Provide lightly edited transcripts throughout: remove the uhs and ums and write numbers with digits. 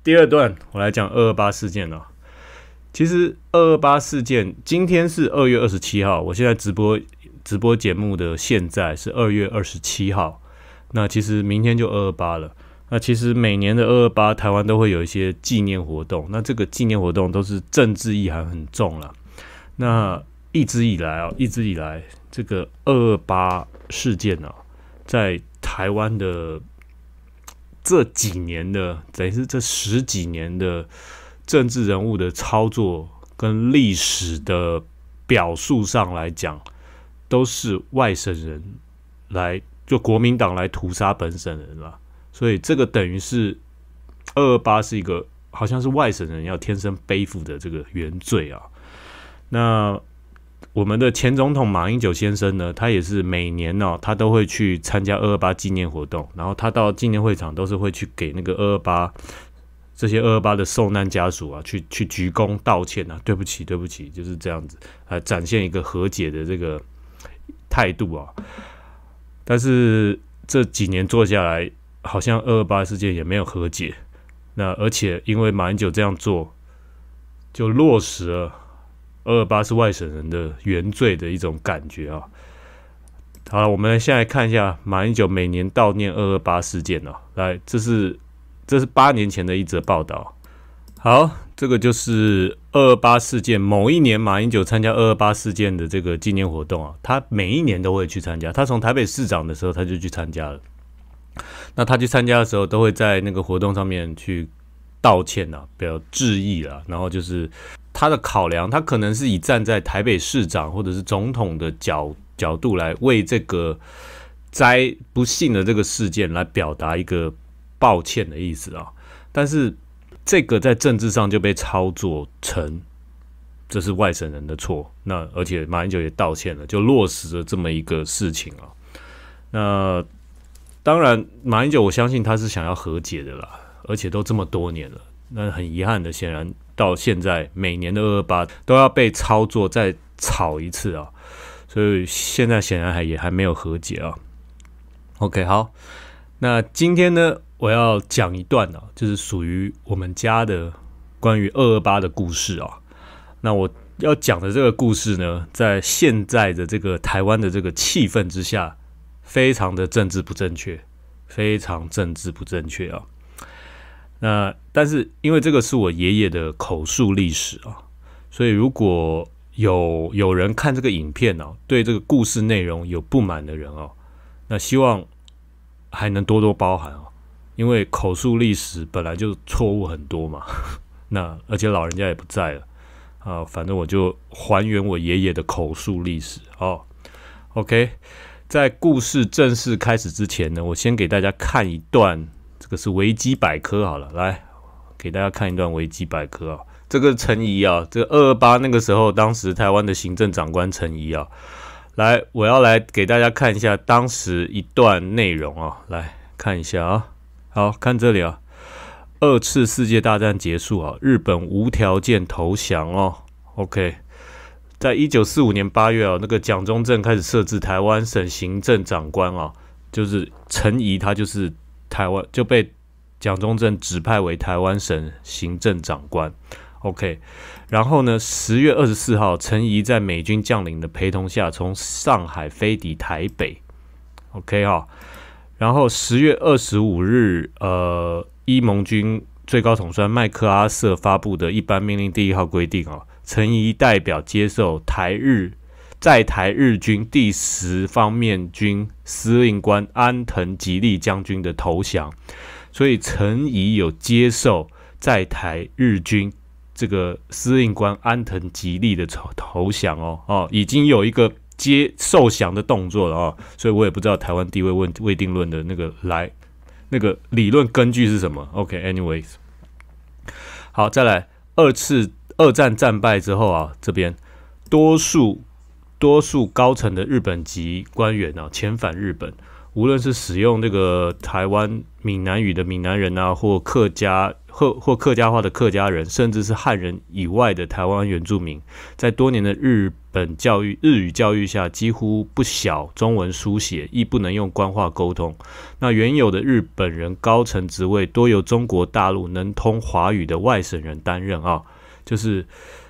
第二段我来讲228事件了。其实228事件，今天是2月27号，我现在直播节目的现在是2月27号。那其实明天就228了。那其实每年的228，台湾都会有一些纪念活动。那这个纪念活动都是政治意涵很重啦。那一直以来，这个228事件啊，在台湾的这几年的，等于是这10几年的政治人物的操作跟历史的表述上来讲，都是外省人来，就国民党来屠杀本省人啦。所以这个等于是228是一个好像是外省人要天生背负的这个原罪啊。那我们的前总统马英九先生呢，他也是每年他都会去参加228纪念活动，然后他到纪念会场都是会去给那个228这些228的受难家属啊，去鞠躬道歉啊，对不起，就是这样子，展现一个和解的这个态度啊。但是这几年做下来，好像228事件也没有和解。那而且因为马英九这样做，就落实了228是外省人的原罪的一种感觉啊。好了，我们现在来看一下马英九每年悼念228事件啊。来，这是8年前的一则报道。好，这个就是228事件，某一年马英九参加228事件的这个纪念活动啊，他每一年都会去参加。他从台北市长的时候他就去参加了。那他去参加的时候，都会在那个活动上面去道歉啊，表致意啦。然后就是他的考量，他可能是以站在台北市长或者是总统的角度来为这个不幸的这个事件来表达一个抱歉的意思啊。但是这个在政治上就被操作成这是外省人的错，那而且马英九也道歉了，就落实了这么一个事情啊。那当然，马英九我相信他是想要和解的啦，而且都这么多年了。那很遗憾的，显然到现在每年的228都要被操作再炒一次啊，所以现在显然也还没有和解啊。OK， 好，那今天呢，我要讲一段啊，就是属于我们家的关于228的故事啊。那我要讲的这个故事呢，在现在的这个台湾的这个气氛之下，非常的政治不正确，非常政治不正确啊。那但是因为这个是我爷爷的口述历史啊，所以如果有人看这个影片啊，对这个故事内容有不满的人哦，那希望还能多多包涵啊，因为口述历史本来就错误很多嘛。那而且老人家也不在了啊，反正我就还原我爷爷的口述历史哦。OK。在故事正式开始之前呢，我先给大家看一段，这个是维基百科好了，来给大家看一段维基百科啊。这个陈仪啊，这个228那个时候，当时台湾的行政长官陈仪啊，来，我要来给大家看一下当时一段内容啊，来看一下啊。好，看这里啊，2次世界大战结束啊，日本无条件投降哦。OK。在1945年8月啊，那个蒋中正开始设置台湾省行政长官啊，就是陈仪，他就是台湾就被蒋中正指派为台湾省行政长官。OK， 然后呢，10月24号，陈仪在美军将领的陪同下，从上海飞抵台北。OK 哈，然后10月25日，依盟军最高统帅麦克阿瑟发布的一般命令第1号规定啊。陈仪代表接受在台日军第10方面军司令官安藤吉利将军的投降，所以陈仪有接受在台日军这个司令官安藤吉利的投降哦，已经有一个受降的动作了哦，所以我也不知道台湾地位未定论的那个理论根据是什么。OK，anyways， 好，再来二战战败之后啊，这边多数高层的日本籍官员啊遣返日本，无论是使用这个台湾闽南语的闽南人啊，或客家话的客家人，甚至是汉人以外的台湾原住民，在多年的日本日语教育下，几乎不晓中文书写，亦不能用官话沟通。那原有的日本人高层职位多由中国大陆能通华语的外省人担任啊，就是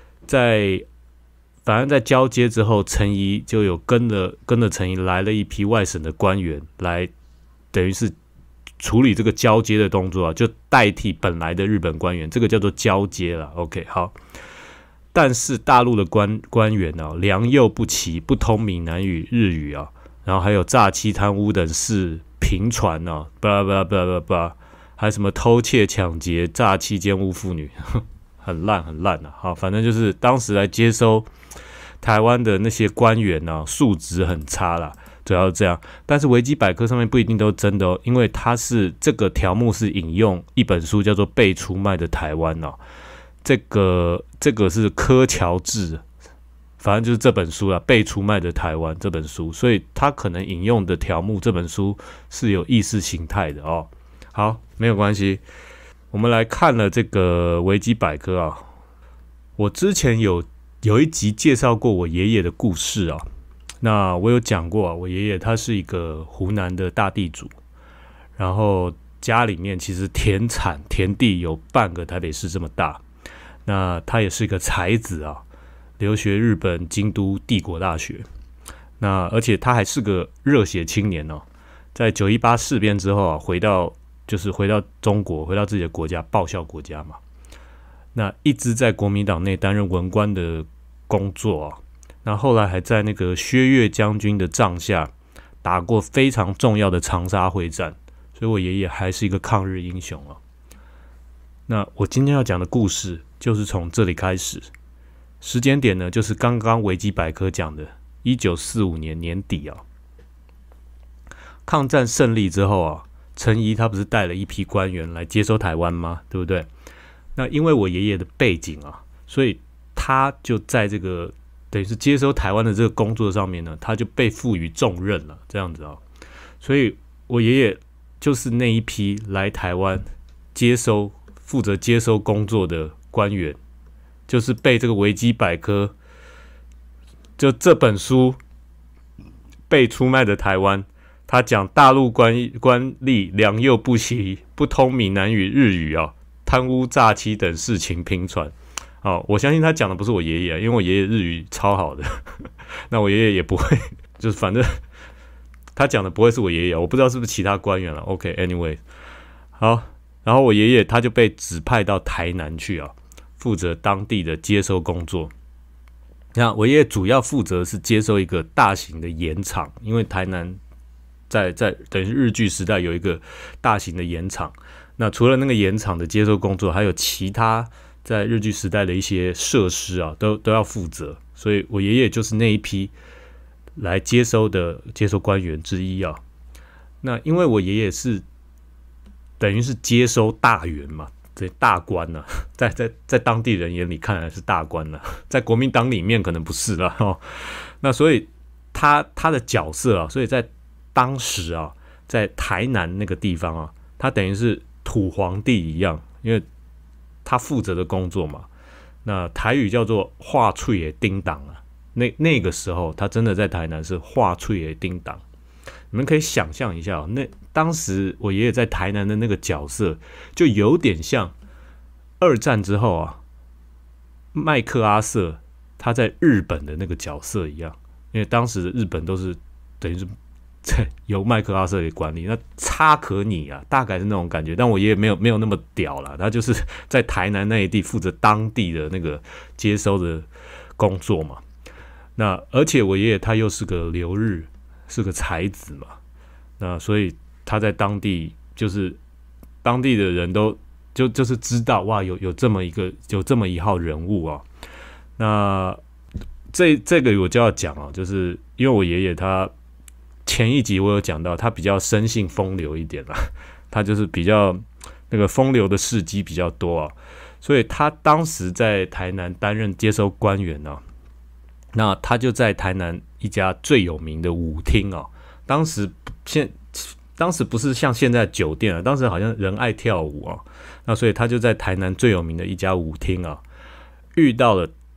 反正在交接之后，陈仪就有跟着陈仪来了一批外省的官员来，等于是处理这个交接的动作啊，就代替本来的日本官员，这个叫做交接了。OK， 好。但是大陆的官员啊，良莠不齐，不通闽南语、日语啊，然后还有诈欺、贪污等事频传啊，还有什么偷窃、抢劫、诈欺、奸污妇女，很烂啊。好，反正就是当时来接收台湾的那些官员啊，素质很差啦，主要是这样。但是维基百科上面不一定都真的哦，因为它是这个条目是引用一本书叫做《被出卖的台湾》哦。这个是柯乔治，反正就是这本书啦，《被出卖的台湾》这本书，所以他可能引用的条目，这本书是有意识形态的哦。好，没有关系，我们来看了这个维基百科啊。我之前有一集介绍过我爷爷的故事啊，那我有讲过啊，我爷爷他是一个湖南的大地主，然后家里面其实田地有半个台北市这么大。那他也是一个才子啊，留学日本京都帝国大学。那而且他还是个热血青年哦，在918事变之后啊，回到中国，回到自己的国家，报效国家嘛。那一直在国民党内担任文官的工作啊。那后来还在那个薛岳将军的帐下打过非常重要的长沙会战，所以我爷爷还是一个抗日英雄啊。那我今天要讲的故事就是从这里开始，时间点呢，就是刚刚维基百科讲的1945年年底啊。抗战胜利之后啊，陈仪他不是带了一批官员来接收台湾吗？对不对？那因为我爷爷的背景啊，所以他就在这个等于是接收台湾的这个工作上面呢，他就被赋予重任了，这样子啊。所以我爷爷就是那一批来台湾负责接收工作的官员，就是被这个维基百科就这本书被出卖的台湾，他讲大陆官吏良莠不齐，不通闽南语、日语啊，贪污诈欺等事情频传。哦，我相信他讲的不是我爷爷，因为我爷爷日语超好的，那我爷爷也不会，就是反正他讲的不会是我爷爷，我不知道是不是其他官员了。OK，anyway， 好。然后我爷爷他就被指派到台南去啊，负责当地的接收工作。那我爷爷主要负责是接收一个大型的盐场，因为台南在等于日据时代有一个大型的盐场。那除了那个盐场的接收工作，还有其他在日据时代的一些设施啊，都要负责。所以我爷爷就是那一批来接收官员之一啊。那因为我爷爷是等于是接收大员嘛，这大官呢、啊，在当地人眼里看来是大官了、啊，在国民党里面可能不是了哦。那所以他的角色啊，所以在当时啊，在台南那个地方啊，他等于是土皇帝一样，因为他负责的工作嘛。那台语叫做话脆也叮当啊，那个时候他真的在台南是话脆也叮当。你们可以想象一下，那当时我爷爷在台南的那个角色，就有点像二战之后啊，麦克阿瑟他在日本的那个角色一样，因为当时的日本都是等于是由麦克阿瑟给管理，那差可拟啊，大概是那种感觉。但我爷爷没有那么屌啦，他就是在台南那一地负责当地的那个接收的工作嘛。那而且我爷爷他又是个留日。是个才子嘛，那所以他在当地就是当地的人都就是知道哇，有这么一号人物啊。那这个我就要讲啊，就是因为我爷爷他前一集我有讲到，他比较生性风流一点啦，他就是比较那个风流的事迹比较多啊，所以他当时在台南担任接收官员啊。那他就在台南一家最有名的舞厅啊，当时不是像现在酒店啊，当时好像人爱跳舞啊，那所以他就在台南最有名的一家舞厅啊，遇到了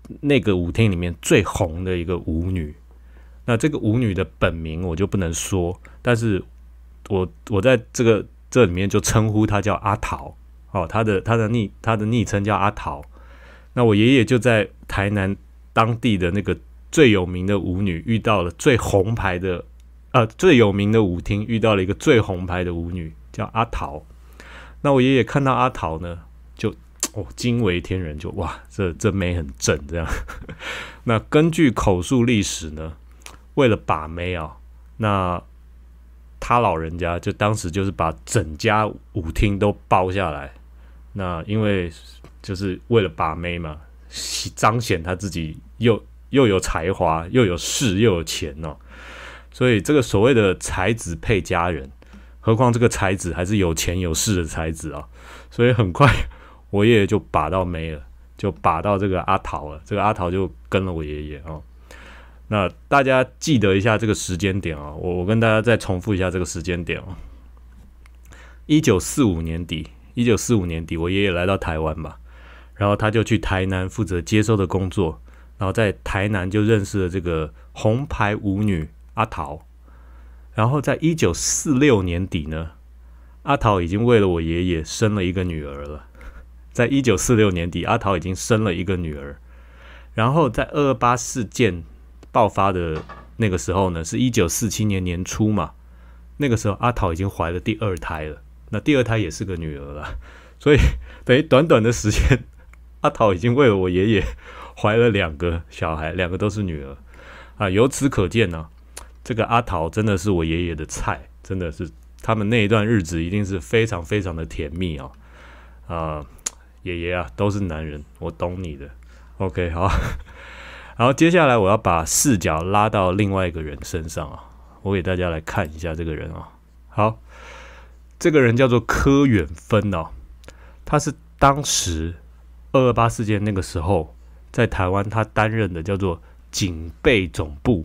那个舞厅里面最红的一个舞女。那这个舞女的本名我就不能说，但是我在这里面就称呼她叫阿桃。她的昵称叫阿桃。那我爷爷就在台南当地的那个最有名的舞女遇到了最红牌的最有名的舞厅遇到了一个最红牌的舞女叫阿桃。那我爷爷看到阿桃呢，就惊为天人，就哇，这妹很正这样。那根据口述历史呢，为了把妹啊，那他老人家就当时就是把整家舞厅都包下来。那因为就是为了把妹嘛，彰显他自己又有才华，又有势，又有钱哦。所以这个所谓的才子配佳人，何况这个才子还是有钱有势的才子啊。所以很快我爷爷就把到妹了，就把到这个阿桃了。这个阿桃就跟了我爷爷哦。那大家记得一下这个时间点哦，我跟大家再重复一下这个时间点哦。1945年底，我爷爷来到台湾嘛，然后他就去台南负责接收的工作，然后在台南就认识了这个红牌舞女阿桃。然后在1946年底呢，阿桃已经为了我爷爷生了一个女儿了。在1946年底，阿桃已经生了一个女儿。然后在228事件爆发的那个时候呢，是1947年年初嘛，那个时候阿桃已经怀了第2胎了。那第2胎也是个女儿了，所以等于短短的时间，阿桃已经为了我爷爷怀了2个小孩，2个都是女儿啊。由此可见呢，这个阿桃真的是我爷爷的菜，真的是他们那一段日子一定是非常非常的甜蜜啊。爷爷啊，都是男人，我懂你的。OK， 好。然后接下来我要把视角拉到另外一个人身上啊，我给大家来看一下这个人啊。好。这个人叫做柯远芬哦，他是当时228事件那个时候在台湾他担任的叫做警备总部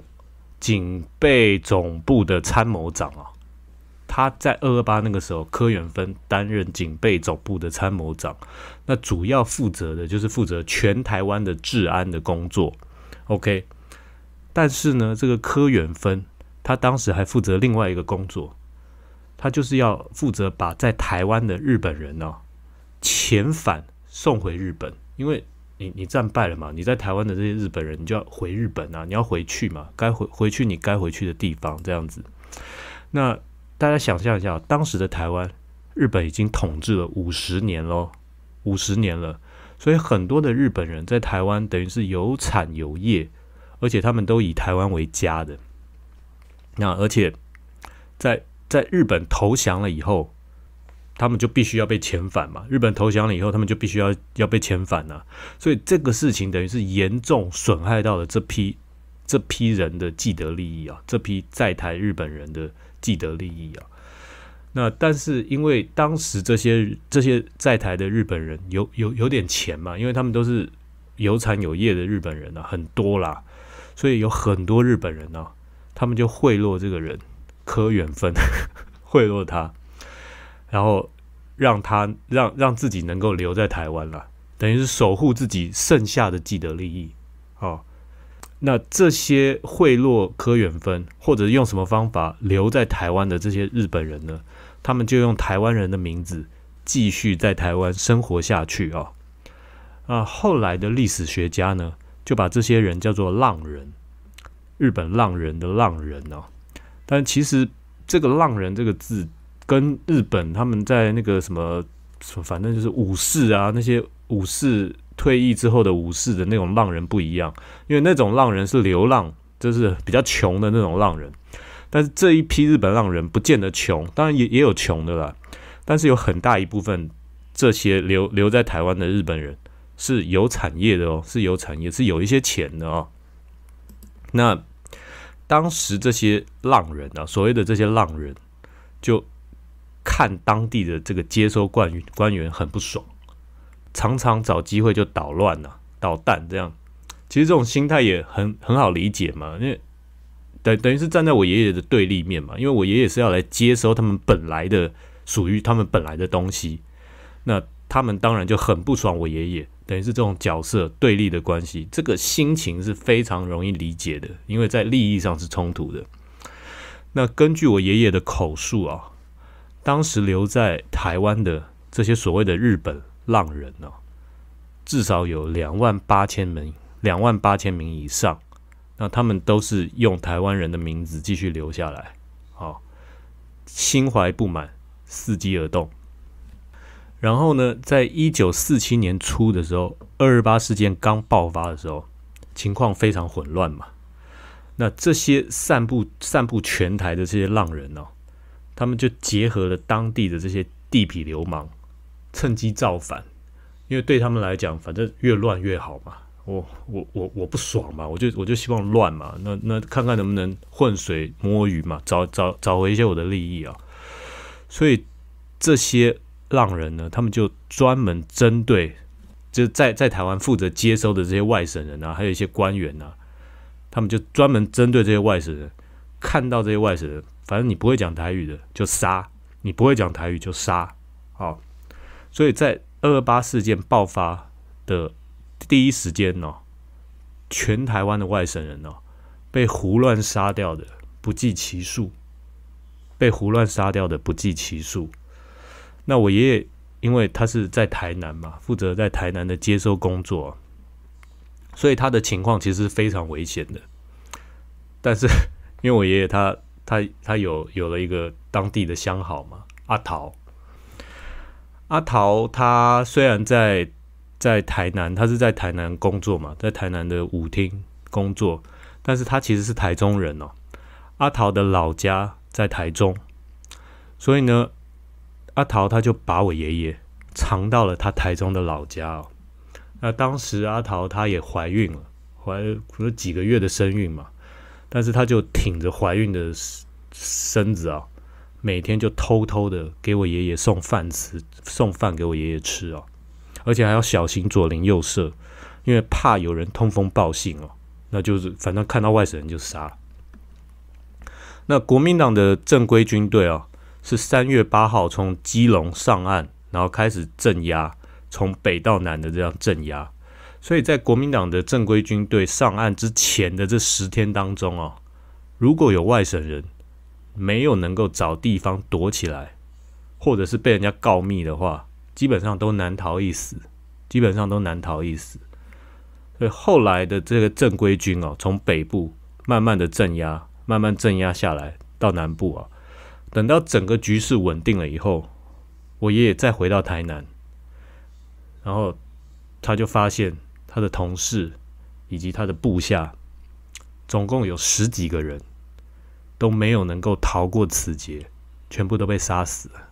的参谋长啊。他在228那个时候，柯远芬担任警备总部的参谋长，那主要负责的就是负责全台湾的治安的工作。OK， 但是呢，这个柯远芬他当时还负责另外一个工作。他就是要负责把在台湾的日本人遣返送回日本，因为你战败了嘛，你在台湾的这些日本人，你就要回日本啊，你要回去嘛，该回去你该回去的地方这样子。那大家想象一下，当时的台湾，日本已经统治了50年了，所以很多的日本人在台湾等于是有产有业，而且他们都以台湾为家的。那而且在日本投降了以后，他们就必须要被遣返嘛。日本投降了以后，他们就必须要被遣返啊。所以这个事情等于是严重损害到了这批人的既得利益啊，这批在台日本人的既得利益啊。那但是因为当时这些在台的日本人有点钱嘛，因为他们都是有产有业的日本人啊，很多啦，所以有很多日本人啊，他们就贿赂这个人。柯远芬贿赂他，然后让自己能够留在台湾了，等于是守护自己剩下的既得利益。那这些贿赂柯远芬或者用什么方法留在台湾的这些日本人呢，他们就用台湾人的名字继续在台湾生活下去后来的历史学家呢，就把这些人叫做浪人，日本浪人的浪人但其实这个浪人这个字跟日本他们在那个什么反正就是武士啊，那些武士退役之后的武士的那种浪人不一样，因为那种浪人是流浪，就是比较穷的那种浪人。但是这一批日本浪人不见得穷，当然也有穷的啦，但是有很大一部分这些留在台湾的日本人是有产业的是有产业，是有一些钱的那当时这些浪人所谓的这些浪人就看当地的这个接收官员很不爽，常常找机会就捣乱捣蛋这样。其实这种心态也很好理解嘛，因为等于是站在我爷爷的对立面嘛，因为我爷爷是要来接收他们本来的属于他们本来的东西，那他们当然就很不爽我爷爷， 等于是这种角色对立的关系，这个心情是非常容易理解的，因为在利益上是冲突的。那根据我爷爷的口述啊，当时留在台湾的这些所谓的日本浪人啊，至少有28000名以上。那他们都是用台湾人的名字继续留下来，心怀不满，伺机而动。然后呢，在1947年初的时候，228事件刚爆发的时候，情况非常混乱嘛。那这些散布全台的这些浪人哦，他们就结合了当地的这些地痞流氓，趁机造反。因为对他们来讲，反正越乱越好嘛。我不爽嘛，我就希望乱嘛。那看看能不能浑水摸鱼嘛，找回一些我的利益啊。所以这些浪人呢，他们就专门针对，就在台湾负责接收的这些外省人啊，还有一些官员啊，他们就专门针对这些外省人，看到这些外省人，反正你不会讲台语的就杀，你不会讲台语就杀。好，所以在228事件爆发的第一时间哦，全台湾的外省人哦，被胡乱杀掉的不计其数，那我爷爷因为他是在台南嘛，负责在台南的接收工作，所以他的情况其实是非常危险的。但是因为我爷爷他有了一个当地的相好嘛，阿桃他虽然在台南，他是在台南工作嘛，在台南的舞厅工作，但是他其实是台中人哦。阿桃的老家在台中，所以呢，阿桃他就把我爷爷藏到了他台中的老家哦。那当时阿桃她也怀孕了，怀了几个月的身孕嘛，但是她就挺着怀孕的身子啊，每天就偷偷的给我爷爷送饭给我爷爷吃哦。而且还要小心左邻右舍，因为怕有人通风报信哦。那就是反正看到外省人就杀。那国民党的正规军队哦，是3月8号从基隆上岸，然后开始镇压，从北到南的这样镇压。所以在国民党的正规军队上岸之前的这10天当中哦，如果有外省人没有能够找地方躲起来，或者是被人家告密的话，基本上都难逃一死。所以后来的这个正规军哦，从北部慢慢镇压下来到南部啊。等到整个局势稳定了以后，我爷爷再回到台南，然后他就发现他的同事以及他的部下，总共有10几个人都没有能够逃过此劫，全部都被杀死了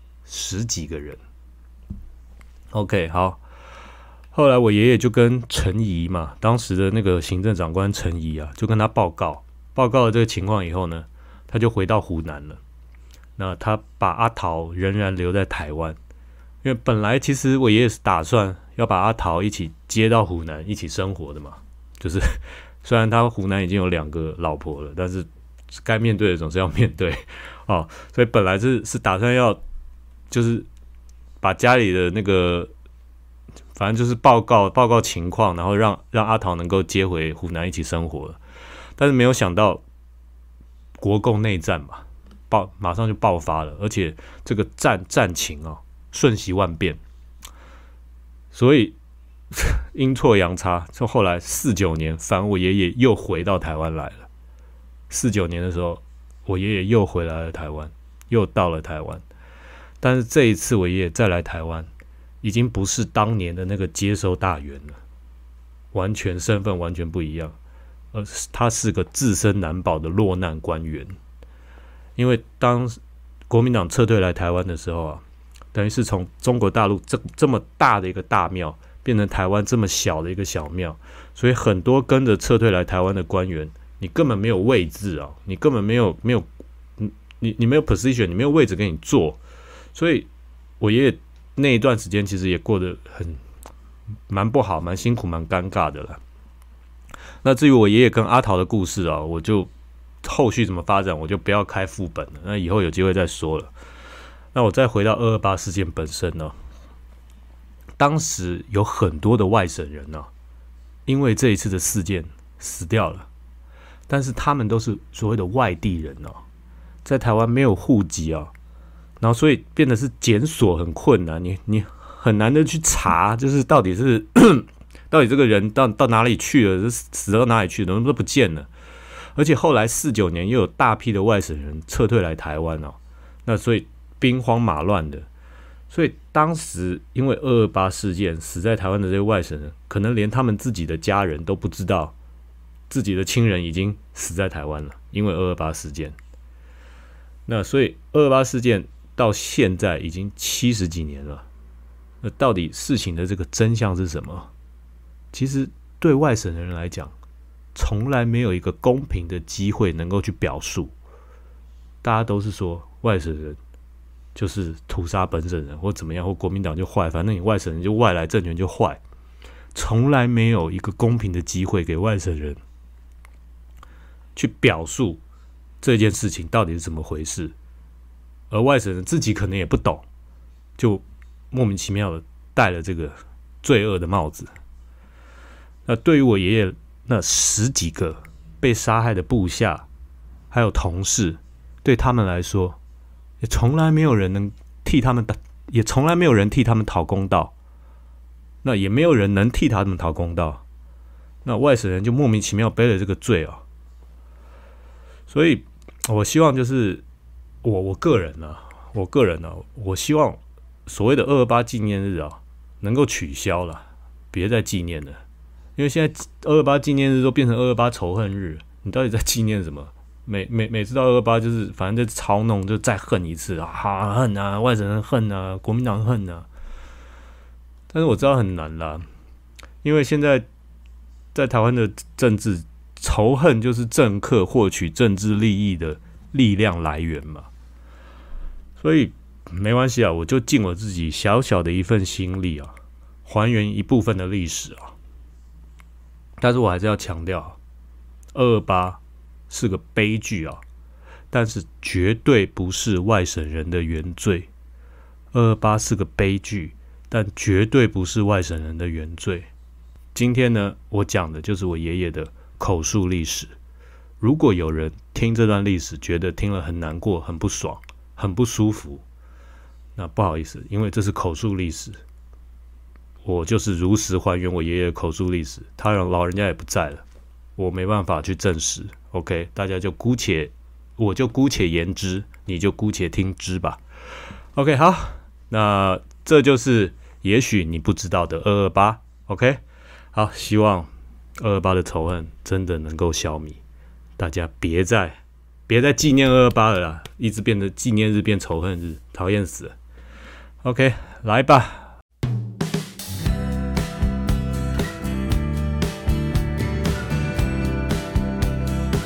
，10几个人。OK， 好。后来我爷爷就跟陈仪嘛，当时的那个行政长官陈仪啊，就跟他报告了这个情况以后呢，他就回到湖南了。那他把阿桃仍然留在台湾，因为本来其实我爷爷是打算要把阿桃一起接到湖南一起生活的嘛，就是虽然他湖南已经有2个老婆了，但是该面对的总是要面对哦，所以本来是打算要就是把家里的那个，反正就是报告情况，然后让阿桃能够接回湖南一起生活了。但是没有想到国共内战嘛，马上就爆发了，而且这个战情啊瞬息万变，所以阴错阳差，就后来49年，反而我爷爷又回到台湾来了。49年的时候，我爷爷又回来了台湾，又到了台湾。但是这一次我爷爷再来台湾，已经不是当年的那个接收大员了，身份完全不一样，他是个自身难保的落难官员。因为当国民党撤退来台湾的时候啊，等于是从中国大陆这么大的一个大庙，变成台湾这么小的一个小庙，所以很多跟着撤退来台湾的官员，你根本没有位置啊，你根本没有你没有 position， 你没有位置给你坐。所以我爷爷那一段时间其实也过得蛮不好，蛮辛苦，蛮尴尬的了。那至于我爷爷跟阿桃的故事啊，我就后续怎么发展，我就不要开副本了，那以后有机会再说了。那我再回到228事件本身呢， 当时有很多的外省人啊，因为这一次的事件死掉了，但是他们都是所谓的外地人哦，在台湾没有户籍啊，然后所以变得是检索很困难，你很难的去查，就是到底这个人到哪里去了，死到哪里去了，都不见了。而且后来49年又有大批的外省人撤退来台湾哦，那所以兵荒马乱的。所以当时因为228事件死在台湾的这些外省人，可能连他们自己的家人都不知道自己的亲人已经死在台湾了，因为228事件。那所以228事件到现在已经70几年了，那到底事情的这个真相是什么？其实对外省人来讲，从来没有一个公平的机会能够去表述。大家都是说外省人就是屠杀本省人或怎么样，或国民党就坏，反正你外省人就外来政权就坏，从来没有一个公平的机会给外省人去表述这件事情到底是怎么回事，而外省人自己可能也不懂，就莫名其妙的戴了这个罪恶的帽子。那对于我爷爷那10几个被杀害的部下还有同事，对他们来说也从来没有人能替他们也从来没有人替他们讨公道，那也没有人能替他们讨公道，那外省人就莫名其妙背了这个罪啊。所以我希望就是我个人啊，我希望所谓的228纪念日啊能够取消了，别再纪念了，因为现在228纪念日都变成228仇恨日，你到底在纪念什么？每次到228就是反正就操弄，就再恨一次啊，恨啊，外省人恨啊，国民党恨啊。但是我知道很难啦，因为现在在台湾的政治仇恨就是政客获取政治利益的力量来源嘛，所以没关系啊，我就尽我自己小小的一份心力啊，还原一部分的历史啊。但是我还是要强调，228是个悲剧啊，但是绝对不是外省人的原罪。228是个悲剧，但绝对不是外省人的原罪。今天呢，我讲的就是我爷爷的口述历史。如果有人听这段历史觉得听了很难过、很不爽、很不舒服，那不好意思，因为这是口述历史，我就是如实还原我爷爷的口述历史。他老人家也不在了，我没办法去证实。OK， 大家就我就姑且言之，你就姑且听之吧。OK， 好，那这就是也许你不知道的228。OK， 好，希望228的仇恨真的能够消弭，大家别再纪念228了啦，一直变得纪念日变仇恨日，讨厌死了。OK， 来吧。